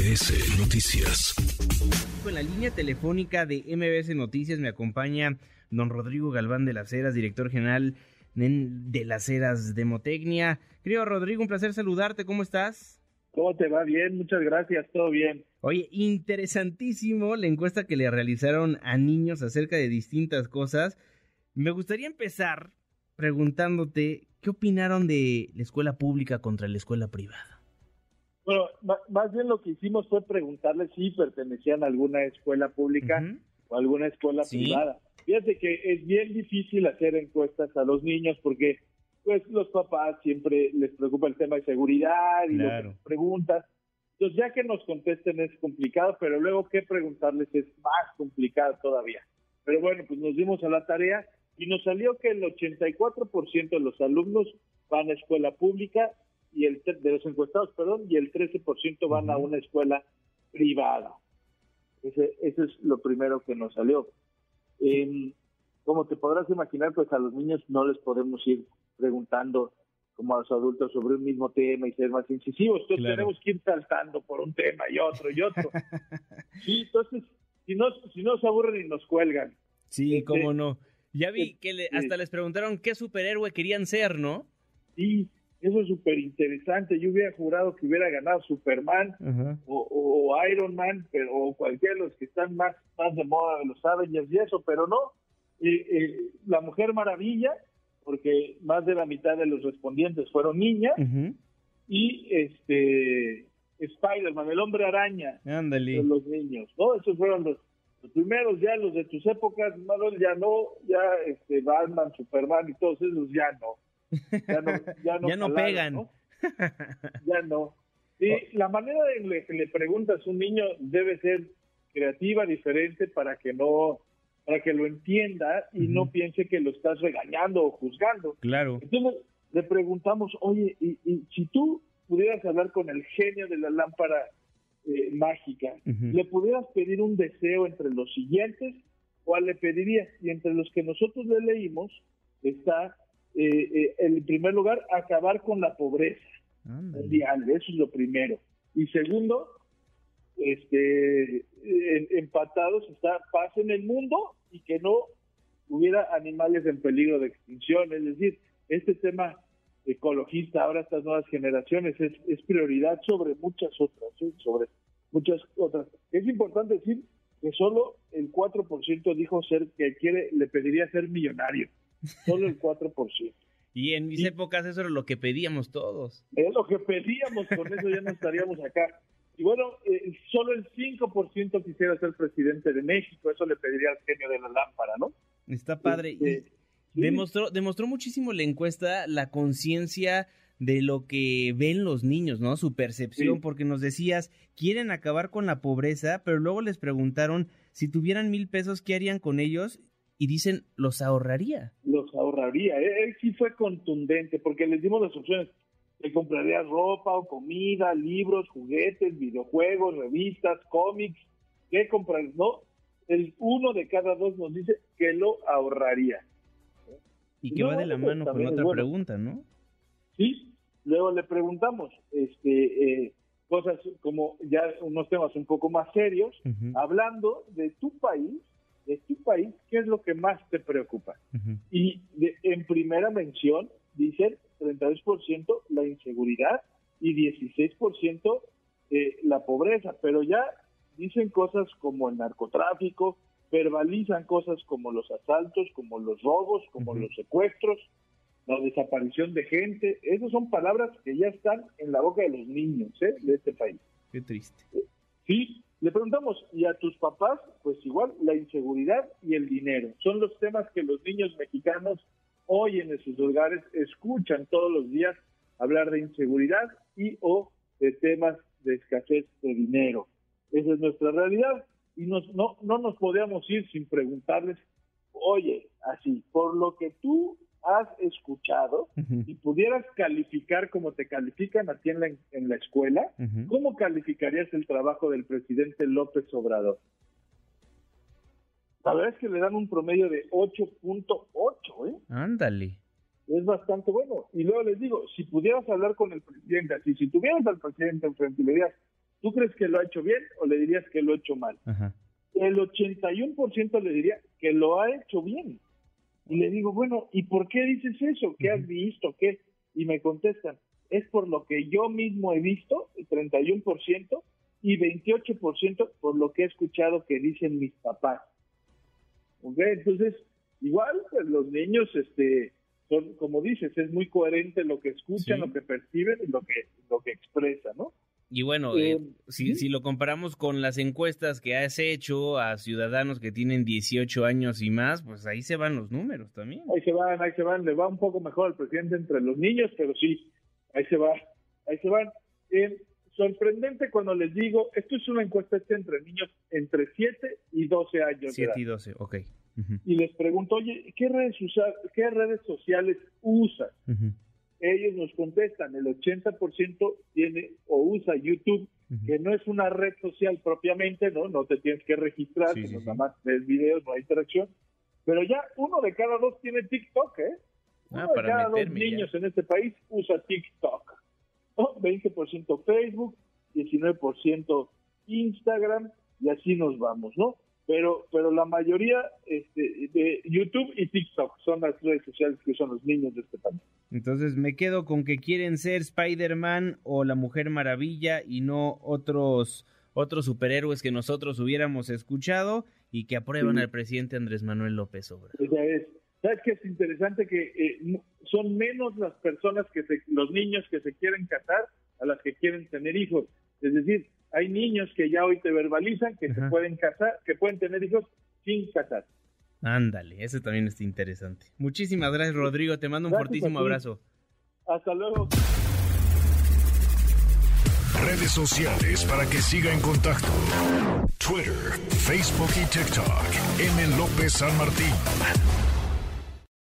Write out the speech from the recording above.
MBS Noticias. En la línea telefónica de MBS Noticias me acompaña don Rodrigo Galván de las Heras, director general de las Heras Demotecnia. Querido Rodrigo, un placer saludarte, ¿cómo estás? ¿Cómo te va? Bien, muchas gracias, todo bien. Oye, interesantísimo la encuesta que le realizaron a niños acerca de distintas cosas. Me gustaría empezar preguntándote, ¿qué opinaron de la escuela pública contra la escuela privada? Bueno, más bien lo que hicimos fue preguntarles si pertenecían a alguna escuela pública o alguna escuela privada. Fíjate que es bien difícil hacer encuestas a los niños porque pues los papás siempre les preocupa el tema de seguridad y Claro. lo que preguntas. Entonces ya que nos contesten es complicado, pero luego qué preguntarles es más complicado todavía. Pero bueno, pues nos dimos a la tarea y nos salió que el 84% de los alumnos van a escuela pública y de los encuestados, y el 13% van a una escuela privada. Eso es lo primero que nos salió. Como te podrás imaginar, pues a los niños no les podemos ir preguntando como a los adultos sobre un mismo tema y ser más incisivos. Entonces tenemos que ir saltando por un tema y otro y otro. Sí, entonces, si no se aburren y nos cuelgan. Sí, cómo no. Ya vi que hasta les preguntaron qué superhéroe querían ser, ¿no? Sí, eso es súper interesante. Yo hubiera jurado que hubiera ganado Superman o Iron Man, o cualquiera de los que están más de moda de los Avengers y eso, pero no. La Mujer Maravilla, porque más de la mitad de los respondientes fueron niñas, y Spider-Man, el Hombre Araña, Ándale. de los niños, ¿no? Esos fueron los primeros. Ya los de tus épocas, Manuel, ya no, Batman, Superman y todos esos ya no. Ya no ya pegan. ¿no? Ya no. Y la manera en la que le preguntas a un niño debe ser creativa, diferente, para que lo entienda y no piense que lo estás regañando o juzgando. Claro. Entonces le preguntamos, oye, y si tú pudieras hablar con el genio de la lámpara mágica, ¿le pudieras pedir un deseo entre los siguientes? ¿Cuál le pedirías? Y entre los que nosotros le leímos está, en primer lugar, acabar con la pobreza mundial. Eso es lo primero. Y segundo, empatados está paz en el mundo y que no hubiera animales en peligro de extinción. Es decir, este tema ecologista, ahora estas nuevas generaciones, es prioridad sobre muchas otras. Es importante decir que solo el 4% dijo le pediría ser millonario. Solo el 4%. Y en mis épocas eso era lo que pedíamos todos. Es lo que pedíamos, con eso ya no estaríamos acá. Y bueno, solo el 5% quisiera ser presidente de México. Eso le pediría al genio de la lámpara, ¿no? Está padre. Demostró muchísimo la encuesta la conciencia de lo que ven los niños, ¿no? Su percepción, porque nos decías, quieren acabar con la pobreza, pero luego les preguntaron si tuvieran 1,000 pesos, ¿qué harían con ellos? Y dicen, los ahorraría. Los ahorraría. Él sí fue contundente, porque les dimos las opciones. Le compraría ropa o comida, libros, juguetes, videojuegos, revistas, cómics. ¿Qué comprar? No, el 1 de cada 2 nos dice que lo ahorraría. Y que va de la mano con otra pregunta, ¿no? Sí, luego le preguntamos cosas como ya unos temas un poco más serios, hablando de tu país, ¿qué es lo que más te preocupa? Y en primera mención dicen 32% la inseguridad y 16% la pobreza, pero ya dicen cosas como el narcotráfico, verbalizan cosas como los asaltos, como los robos, como los secuestros, la desaparición de gente. Esas son palabras que ya están en la boca de los niños de este país. Qué triste. Sí, le preguntamos, ¿y a tus papás? Pues igual, la inseguridad y el dinero. Son los temas que los niños mexicanos hoy en sus hogares escuchan todos los días hablar de inseguridad o de temas de escasez de dinero. Esa es nuestra realidad y no nos podíamos ir sin preguntarles, oye, así, por lo que tú has escuchado y pudieras calificar como te califican a ti en la escuela, ¿cómo calificarías el trabajo del presidente López Obrador? La verdad es que le dan un promedio de 8.8, ¿eh? Ándale. Es bastante bueno. Y luego les digo, si pudieras hablar con el presidente, así, si tuvieras al presidente enfrente y le dirías, ¿tú crees que lo ha hecho bien o le dirías que lo ha hecho mal? Ajá. El 81% le diría que lo ha hecho bien. Y le digo, bueno, ¿y por qué dices eso? ¿Qué has visto? ¿Qué? Y me contestan, es por lo que yo mismo he visto, el 31%, y 28% por lo que he escuchado que dicen mis papás. ¿Ok? Entonces, igual, pues los niños, son, como dices, es muy coherente lo que escuchan, lo que perciben y lo que expresan, ¿no? Y bueno, si lo comparamos con las encuestas que has hecho a ciudadanos que tienen 18 años y más, pues ahí se van los números también. Ahí se van, le va un poco mejor al presidente entre los niños, pero sí, ahí se van. Sorprendente cuando les digo, esto es una encuesta entre niños entre 7 y 12 años. 7 y 12, ok. Uh-huh. Y les pregunto, oye, ¿qué redes sociales usas? Uh-huh. Ellos nos contestan, el 80% tiene o usa YouTube, que no es una red social propiamente, no te tienes que registrar, nada más ves videos, no hay interacción, pero ya 1 de cada 2 tiene TikTok, ¿eh? 1 de cada 2 niños en este país usa TikTok, ¿no? 20% Facebook, 19% Instagram, y así nos vamos, ¿no? Pero la mayoría de YouTube y TikTok son las redes sociales que usan los niños de este país. Entonces me quedo con que quieren ser Spider-Man o la Mujer Maravilla y no otros superhéroes que nosotros hubiéramos escuchado y que aprueban al presidente Andrés Manuel López Obrador. ¿Sabes qué es interesante? Que son menos las personas los niños que se quieren casar a las que quieren tener hijos. Es decir, hay niños que ya hoy te verbalizan que se pueden casar, que pueden tener hijos sin casar. Ándale, ese también está interesante. Muchísimas gracias, Rodrigo. Te mando un fortísimo abrazo. Hasta luego. Redes sociales para que siga en contacto: Twitter, Facebook y TikTok. M. López San Martín.